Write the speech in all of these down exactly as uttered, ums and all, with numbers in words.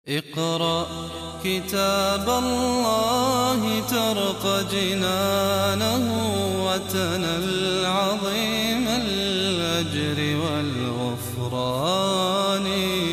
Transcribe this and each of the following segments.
اقرأ كتاب الله ترق جنانه وتنل عظيم الأجر والغفران.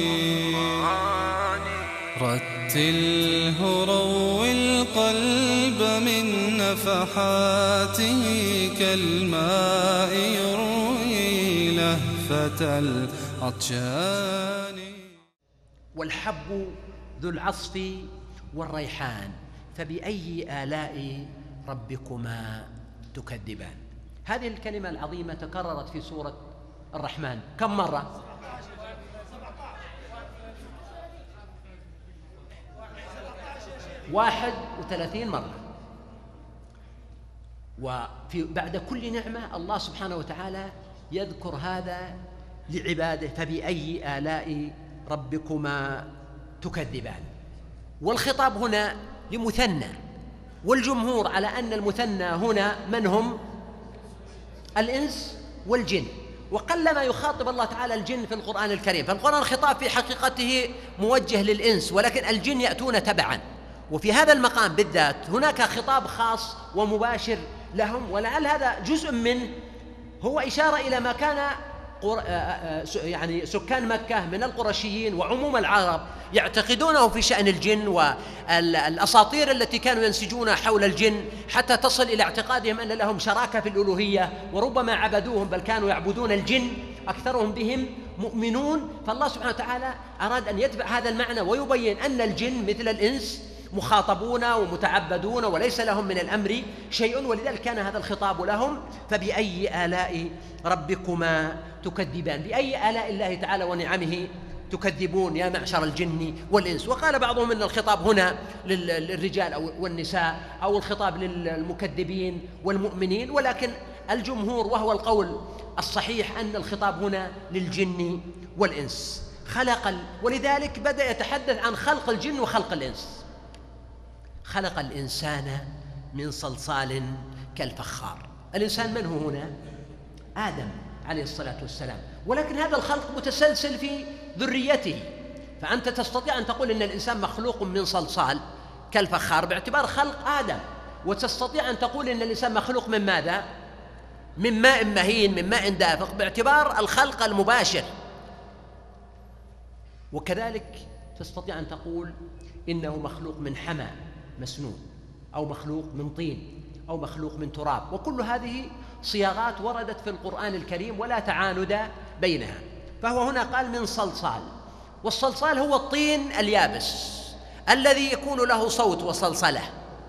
رتله روي القلب من نفحاته كالماء يروي لهفة العطشان. والحب ذو العصف والريحان فبأي آلاء ربكما تكذبان. هذه الكلمة العظيمة تكررت في سورة الرحمن كم مرة؟ واحد وثلاثين مرة. وفي بعد كل نعمة الله سبحانه وتعالى يذكر هذا لعباده، فبأي آلاء ربكما تكذبان. والخطاب هنا لمثنى، والجمهور على أن المثنى هنا من هم؟ الإنس والجن، وقلما يخاطب الله تعالى الجن في القرآن الكريم، فالقرآن الخطاب في حقيقته موجه للإنس، ولكن الجن يأتون تبعا، وفي هذا المقام بالذات هناك خطاب خاص ومباشر لهم، ولعل هذا جزء منه هو إشارة إلى ما كان يعني سكان مكة من القرشيين وعموم العرب يعتقدونه في شأن الجن، والأساطير التي كانوا ينسجون حول الجن حتى تصل إلى اعتقادهم أن لهم شراكة في الألوهية، وربما عبدوهم بل كانوا يعبدون الجن، أكثرهم بهم مؤمنون. فالله سبحانه وتعالى أراد أن يتبع هذا المعنى ويبين أن الجن مثل الإنس مخاطبون ومتعبدون وليس لهم من الأمر شيء، ولذلك كان هذا الخطاب لهم. فبأي آلاء ربكما تكذبان، بأي آلاء الله تعالى ونعمه تكذبون يا معشر الجن والإنس. وقال بعضهم أن الخطاب هنا للرجال أو والنساء، أو الخطاب للمكذبين والمؤمنين، ولكن الجمهور وهو القول الصحيح أن الخطاب هنا للجن والإنس. خلق، ولذلك بدأ يتحدث عن خلق الجن وخلق الإنس. خلق الإنسان من صلصال كالفخار. الإنسان من هو هنا؟ آدم عليه الصلاة والسلام، ولكن هذا الخلق متسلسل في ذريته، فأنت تستطيع أن تقول إن الإنسان مخلوق من صلصال كالفخار باعتبار خلق آدم، وتستطيع أن تقول إن الإنسان مخلوق من ماذا؟ من ماء مهين، من ماء دافق باعتبار الخلق المباشر. وكذلك تستطيع أن تقول إنه مخلوق من حمى مسنون، أو مخلوق من طين، أو مخلوق من تراب، وكل هذه صياغات وردت في القرآن الكريم ولا تعاند بينها. فهو هنا قال من صلصال، والصلصال هو الطين اليابس الذي يكون له صوت وصلصلة،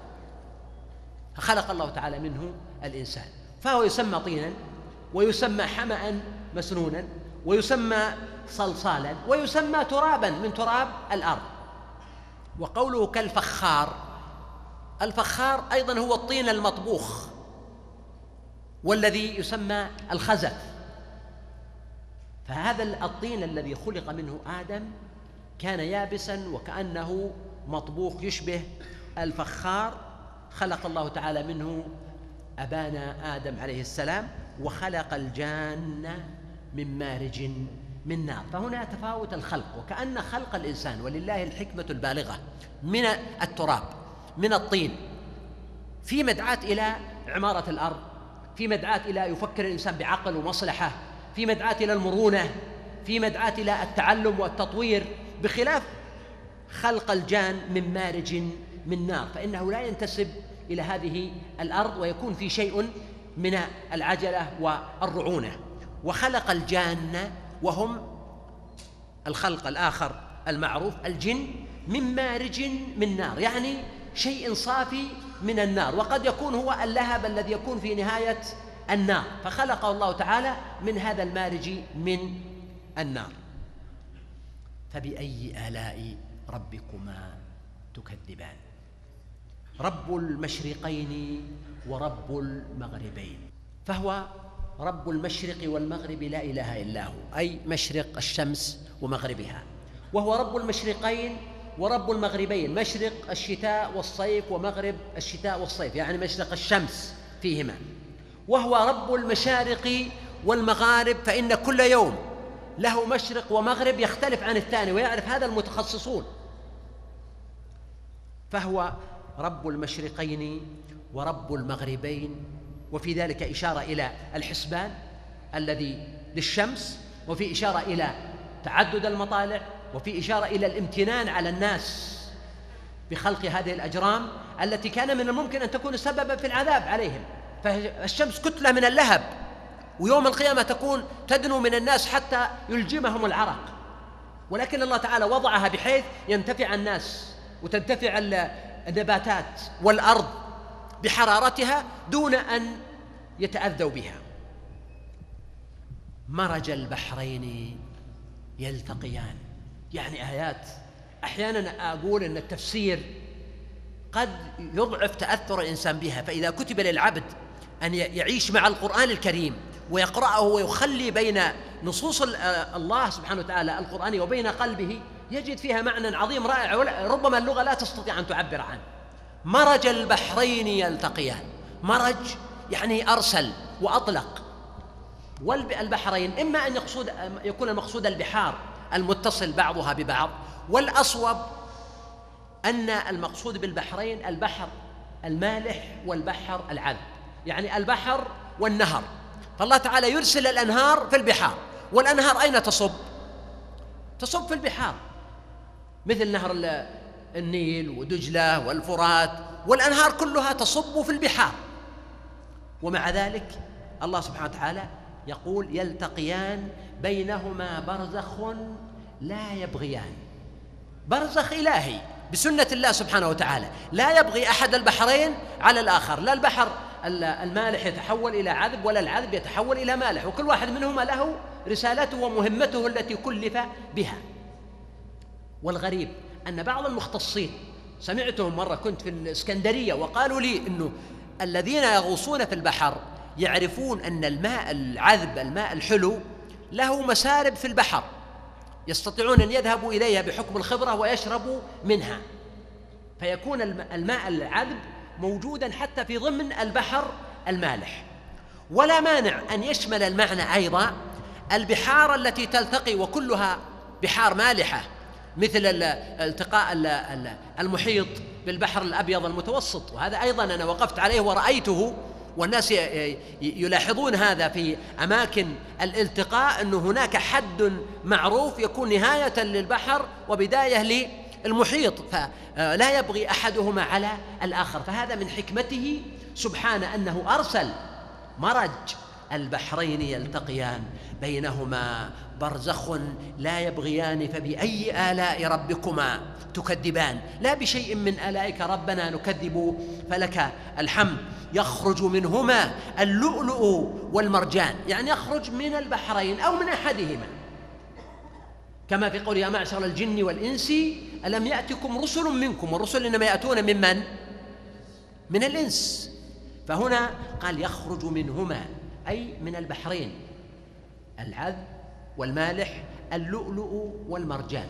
فخلق الله تعالى منه الإنسان، فهو يسمى طينا، ويسمى حمأ مسنونا، ويسمى صلصالا، ويسمى ترابا من تراب الأرض. وقوله كالفخار، الفخار أيضا هو الطين المطبوخ، والذي يسمى الخزف. فهذا الطين الذي خلق منه آدم كان يابسا وكأنه مطبوخ يشبه الفخار، خلق الله تعالى منه أبانا آدم عليه السلام، وخلق الجان من مارج من نار. فهنا تفاوت الخلق، وكأن خلق الإنسان ولله الحكمة البالغة من التراب، من الطين، في مدعاة إلى عمارة الأرض، في مدعاة إلى يفكر الإنسان بعقل ومصلحة، في مدعاة إلى المرونة، في مدعاة إلى التعلم والتطوير، بخلاف خلق الجان من مارج من نار، فإنه لا ينتسب إلى هذه الأرض، ويكون في شيء من العجلة والرعونة. وخلق الجان وهم الخلق الآخر المعروف الجن من مارج من نار، يعني شيء صافي من النار، وقد يكون هو اللهب الذي يكون في نهاية النار، فخلقه الله تعالى من هذا المارج من النار. فبأي آلاء ربكما تكذبان. رب المشرقين ورب المغربين، فهو رب المشرق والمغرب لا إله إلا هو، أي مشرق الشمس ومغربها، وهو رب المشرقين ورب المغربين، مشرق الشتاء والصيف ومغرب الشتاء والصيف، يعني مشرق الشمس فيهما. وهو رب المشارق والمغارب، فإن كل يوم له مشرق ومغرب يختلف عن الثاني، ويعرف هذا المتخصصون، فهو رب المشرقين ورب المغربين، وفي ذلك إشارة إلى الحسبان الذي للشمس، وفي إشارة إلى تعدد المطالع، وفي إشارة إلى الامتنان على الناس بخلق هذه الأجرام التي كان من الممكن أن تكون سببا في العذاب عليهم. فالشمس كتلة من اللهب، ويوم القيامة تكون تدنو من الناس حتى يلجمهم العرق، ولكن الله تعالى وضعها بحيث ينتفع الناس وتنتفع النباتات والأرض بحرارتها دون أن يتأذوا بها. مرج البحرين يلتقيان، يعني آيات أحيانا أقول أن التفسير قد يضعف تأثر الإنسان بها، فإذا كتب للعبد أن يعيش مع القرآن الكريم ويقرأه ويخلي بين نصوص الله سبحانه وتعالى القرآني وبين قلبه، يجد فيها معنى عظيم رائع ربما اللغة لا تستطيع أن تعبر عنه. مرج البحرين يلتقيان، مرج يعني أرسل وأطلق، والبحرين إما أن يقصد يكون المقصود البحار المتصل بعضها ببعض، والأصوب أن المقصود بالبحرين البحر المالح والبحر العذب، يعني البحر والنهر. فالله تعالى يرسل الأنهار في البحار، والأنهار أين تصب؟ تصب في البحار، مثل نهر النيل ودجلة والفرات، والأنهار كلها تصب في البحار. ومع ذلك الله سبحانه وتعالى يقول يلتقيان بينهما برزخ لا يبغيان. برزخ إلهي بسنة الله سبحانه وتعالى، لا يبغي أحد البحرين على الآخر، لا البحر المالح يتحول إلى عذب ولا العذب يتحول إلى مالح، وكل واحد منهما له رسالته ومهمته التي كلف بها. والغريب أن بعض المختصين سمعتهم مرة، كنت في الإسكندرية، وقالوا لي أنه الذين يغوصون في البحر يعرفون أن الماء العذب الماء الحلو له مسارب في البحر يستطيعون أن يذهبوا إليها بحكم الخبرة ويشربوا منها، فيكون الماء العذب موجودا حتى في ضمن البحر المالح. ولا مانع أن يشمل المعنى أيضا البحار التي تلتقي وكلها بحار مالحة، مثل التقاء المحيط بالبحر الأبيض المتوسط، وهذا أيضا أنا وقفت عليه ورأيته، والناس يلاحظون هذا في أماكن الالتقاء، أن هناك حد معروف يكون نهاية للبحر وبداية للمحيط، فلا يبغي أحدهما على الآخر. فهذا من حكمته سبحانه أنه أرسل مرج البحرين يلتقيان بينهما برزخ لا يبغيان فبأي آلاء ربكما تكذبان. لا بشيء من آلائك ربنا نكذب فلك الحمد. يخرج منهما اللؤلؤ والمرجان، يعني يخرج من البحرين أو من أحدهما، كما في قول يا معشر الجن والإنس ألم يأتكم رسل منكم، والرسل إنما يأتون ممن؟ من الإنس. فهنا قال يخرج منهما أي من البحرين العذب والمالح، اللؤلؤ والمرجان.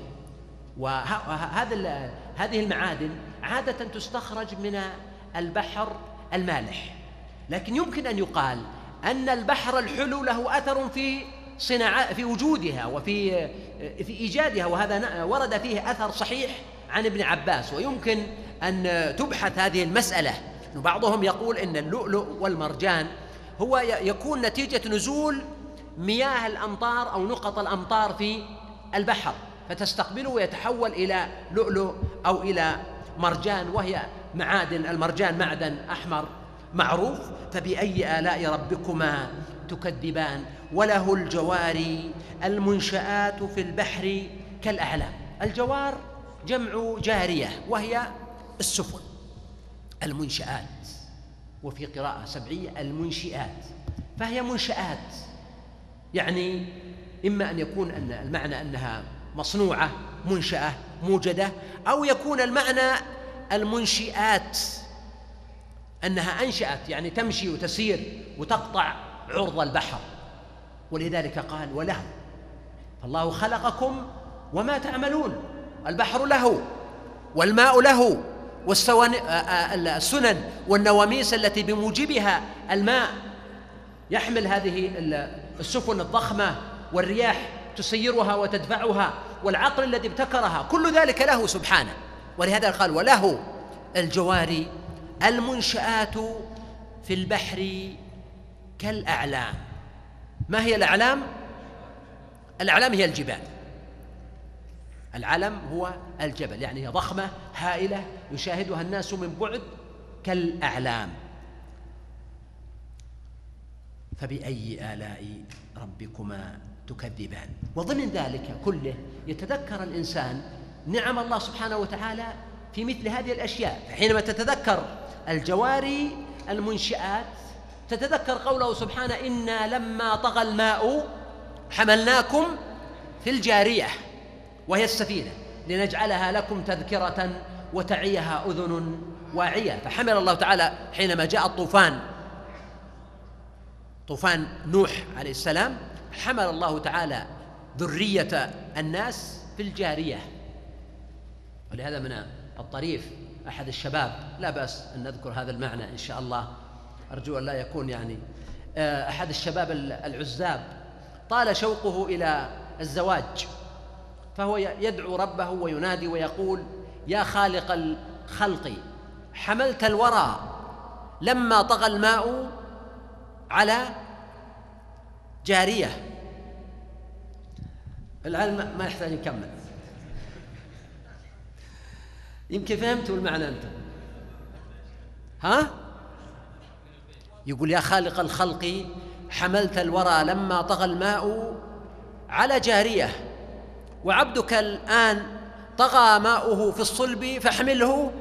وهذا هذه المعادن عادة تستخرج من البحر المالح، لكن يمكن أن يقال أن البحر الحلو له أثر في صناعة في وجودها وفي في إيجادها، وهذا ورد فيه أثر صحيح عن ابن عباس، ويمكن أن تبحث هذه المسألة. بعضهم يقول إن اللؤلؤ والمرجان هو يكون نتيجة نزول مياه الأمطار أو نقط الأمطار في البحر، فتستقبله ويتحول إلى لؤلؤ أو إلى مرجان، وهي معادن. المرجان معدن أحمر معروف. فبأي آلاء ربكما تكذبان وله الجوار المنشآت في البحر كالأعلام. الجوار جمع جارية وهي السفن، المنشآت، وفي قراءة سبعية المنشئات، فهي منشآت، يعني إما أن يكون أن المعنى أنها مصنوعة منشأة موجدة، أو يكون المعنى المنشئات أنها أنشأت يعني تمشي وتسير وتقطع عرض البحر. ولذلك قال وله، فالله خلقكم وما تعملون. البحر له والماء له والسنن والنواميس التي بموجبها الماء يحمل هذه السفن الضخمة، والرياح تسيرها وتدفعها، والعقل الذي ابتكرها، كل ذلك له سبحانه. ولهذا قال وله الجوار المنشآت في البحر كالأعلام. ما هي الأعلام؟ الأعلام هي الجبال. العلم هو الجبل، يعني هي ضخمة هائلة يشاهدها الناس من بعد كالأعلام. فبأي آلاء ربكما تكذبان. وضمن ذلك كله يتذكر الإنسان نعم الله سبحانه وتعالى في مثل هذه الأشياء. حينما تتذكر الجواري المنشآت تتذكر قوله سبحانه: إنا لما طغى الماء حملناكم في الجارية، وهي السفينة، لنجعلها لكم تذكرة وتعيها أذن واعية. فحمل الله تعالى حينما جاء الطوفان، طوفان نوح عليه السلام، حمل الله تعالى ذرية الناس في الجارية. ولهذا من الطريف أحد الشباب، لا بأس أن نذكر هذا المعنى إن شاء الله، أرجو أن لا يكون يعني أحد الشباب العزاب طال شوقه إلى الزواج، فهو يدعو ربه وينادي ويقول: يا خالق الخلق حملت الورى لما طغى الماء على جارية. العلم ما يحتاج نكمل، يمكن فهمتوا المعنى أنتم. ها؟ يقول: يا خالق الخلق حملت الورى لما طغى الماء على جارية، وعبدك الآن طغى ماؤه في الصلب فاحمله.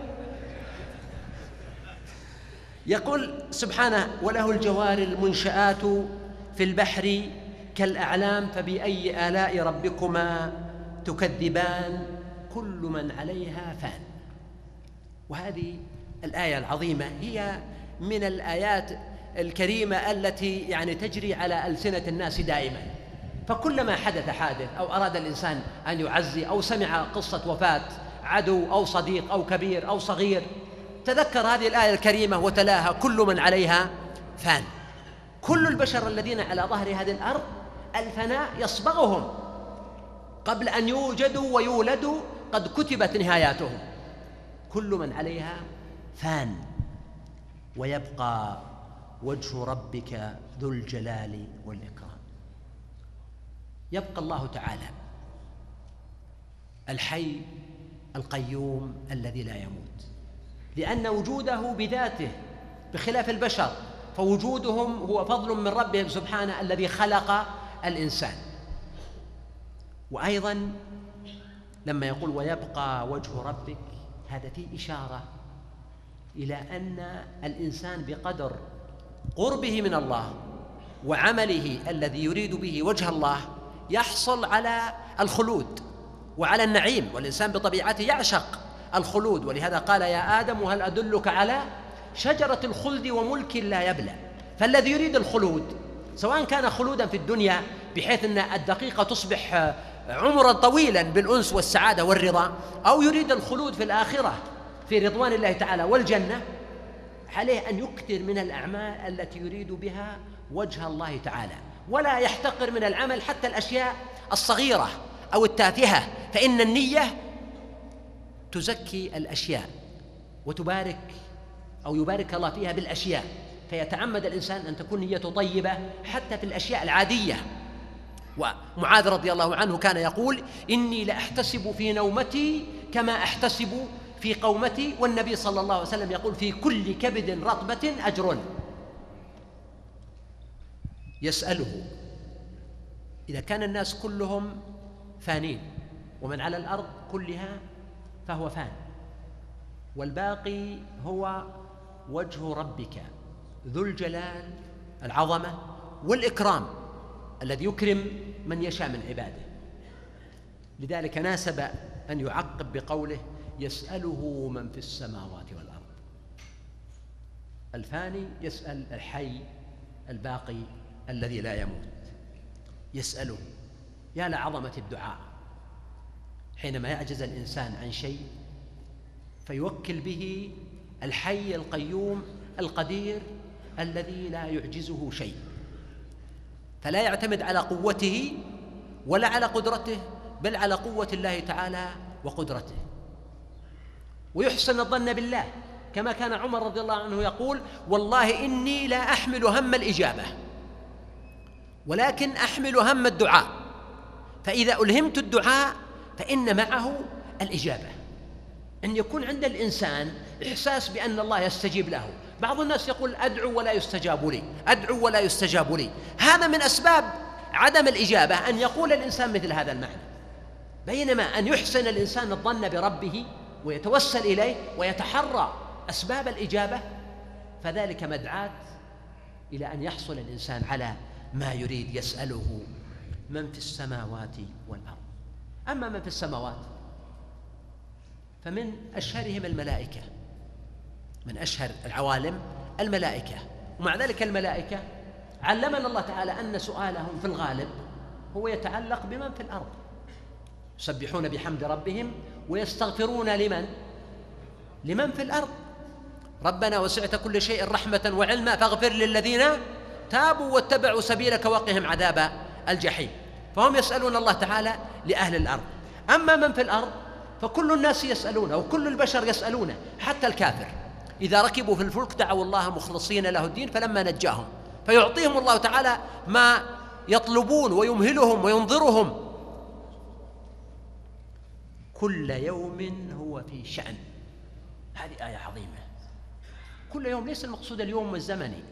يقول سبحانه: وله الجوار المنشآت في البحر كالأعلام فبأي آلاء ربكما تكذبان كل من عليها فان. وهذه الآية العظيمة هي من الآيات الكريمة التي يعني تجري على ألسنة الناس دائما. فكلما حدث حادث أو أراد الإنسان أن يعزي أو سمع قصة وفاة عدو أو صديق أو كبير أو صغير تذكر هذه الآية الكريمة وتلاها: كل من عليها فان. كل البشر الذين على ظهر هذه الأرض الفناء يصبغهم قبل أن يوجدوا ويولدوا، قد كتبت نهاياتهم. كل من عليها فان ويبقى وجه ربك ذو الجلال والإكرام. يبقى الله تعالى الحي القيوم الذي لا يموت، لأن وجوده بذاته بخلاف البشر، فوجودهم هو فضل من ربهم سبحانه الذي خلق الإنسان. وأيضا لما يقول ويبقى وجه ربك، هذا فيه إشارة إلى أن الإنسان بقدر قربه من الله وعمله الذي يريد به وجه الله يحصل على الخلود وعلى النعيم، والإنسان بطبيعته يعشق الخلود. ولهذا قال: يا آدم هل أدلك على شجرة الخلد وملك لا يبلى. فالذي يريد الخلود سواء كان خلودا في الدنيا بحيث أن الدقيقة تصبح عمرا طويلا بالأنس والسعادة والرضا، أو يريد الخلود في الآخرة في رضوان الله تعالى والجنة، عليه أن يكثر من الأعمال التي يريد بها وجه الله تعالى، ولا يحتقر من العمل حتى الأشياء الصغيرة أو التافهة، فإن النية تزكي الأشياء وتبارك أو يبارك الله فيها بالأشياء. فيتعمد الإنسان أن تكون نيته طيبة حتى في الأشياء العادية. ومعاذ رضي الله عنه كان يقول: إني لأحتسب في نومتي كما أحتسب في قومتي، والنبي صلى الله عليه وسلم يقول: في كل كبد رطبة أجر. يسأله إذا كان الناس كلهم فانين ومن على الأرض كلها فهو فان، والباقي هو وجه ربك ذو الجلال العظمة والإكرام الذي يكرم من يشاء من عباده. لذلك ناسب أن يعقب بقوله: يسأله من في السماوات والأرض. الفاني يسأل الحي الباقي الذي لا يموت، يسأله. يا لعظمة الدعاء حينما يعجز الإنسان عن شيء فيوكل به الحي القيوم القدير الذي لا يعجزه شيء، فلا يعتمد على قوته ولا على قدرته، بل على قوة الله تعالى وقدرته. ويحسن الظن بالله، كما كان عمر رضي الله عنه يقول: والله إني لا أحمل هم الإجابة ولكن أحمل هم الدعاء، فإذا ألهمت الدعاء فإن معه الإجابة. أن يكون عند الإنسان إحساس بأن الله يستجيب له. بعض الناس يقول: أدعو ولا يستجاب لي، أدعو ولا يستجاب لي. هذا من أسباب عدم الإجابة أن يقول الإنسان مثل هذا المعنى، بينما أن يحسن الإنسان الظن بربه ويتوسل إليه ويتحرى أسباب الإجابة فذلك مدعاة إلى أن يحصل الإنسان على ما يريد. يسأله من في السماوات والأرض. أما من في السماوات فمن أشهرهم الملائكة، من أشهر العوالم الملائكة، ومع ذلك الملائكة علمنا الله تعالى أن سؤالهم في الغالب هو يتعلق بمن في الأرض. يسبحون بحمد ربهم ويستغفرون لمن؟ لمن في الأرض. ربنا وسعت كل شيء رحمة وعلما فاغفر للذين تابوا واتبعوا سبيلك وقهم عذاب الجحيم. فهم يسألون الله تعالى لأهل الأرض. أما من في الأرض فكل الناس يسألونه وكل البشر يسألونه، حتى الكافر إذا ركبوا في الفلك دعوا الله مخلصين له الدين فلما نجاهم فيعطيهم الله تعالى ما يطلبون ويمهلهم وينظرهم. كل يوم هو في شأن. هذه آية عظيمة. كل يوم، ليس المقصود اليوم الزمني،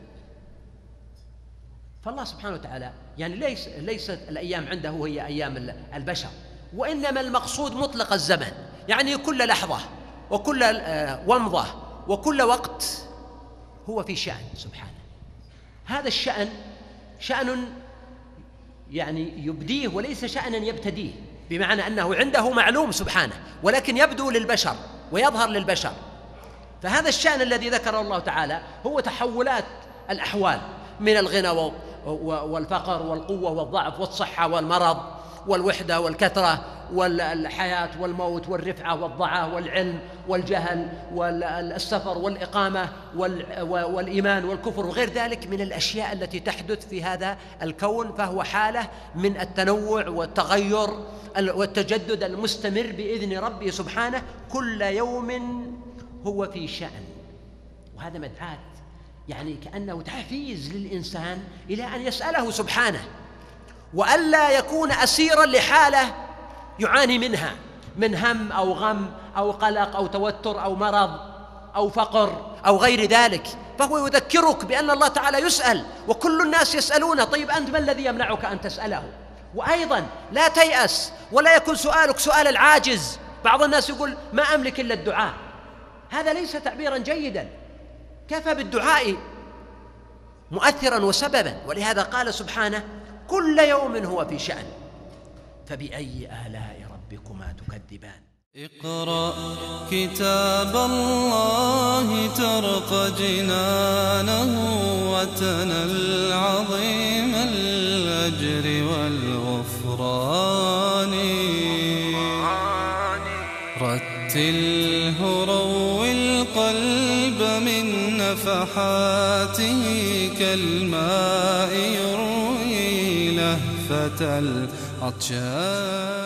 فالله سبحانه وتعالى يعني ليس ليست الأيام عنده هي أيام البشر، وإنما المقصود مطلق الزمن، يعني كل لحظة وكل ومضة وكل وقت هو في شأن سبحانه. هذا الشأن شأن يعني يبديه وليس شأنا يبتديه، بمعنى أنه عنده معلوم سبحانه ولكن يبدو للبشر ويظهر للبشر. فهذا الشأن الذي ذكره الله تعالى هو تحولات الأحوال من الغنى والفقر والقوة والضعف والصحة والمرض والوحدة والكثرة والحياة والموت والرفعة والضعة والعلم والجهل والسفر والإقامة والإيمان والكفر وغير ذلك من الأشياء التي تحدث في هذا الكون. فهو حالة من التنوع والتغير والتجدد المستمر بإذن ربه سبحانه. كل يوم هو في شأن، وهذا مدعاة يعني كأنه تحفيز للإنسان إلى أن يسأله سبحانه، وألا يكون أسيراً لحالة يعاني منها من هم أو غم أو قلق أو توتر أو مرض أو فقر أو غير ذلك. فهو يذكرك بأن الله تعالى يسأل وكل الناس يسألونه. طيب أنت ما الذي يمنعك أن تسأله؟ وأيضاً لا تيأس ولا يكون سؤالك سؤال العاجز. بعض الناس يقول ما أملك إلا الدعاء، هذا ليس تعبيراً جيداً. كفى بالدعاء مؤثراً وسبباً، ولهذا قال سبحانه كل يوم هو في شأن فبأي آلاء ربكما تكذبان. اقرأ كتاب الله ترق جنانه وتنل عظيم الأجر والغفران. رتله روي القلب من نفحاته كالماء يروي لهفة العطشان.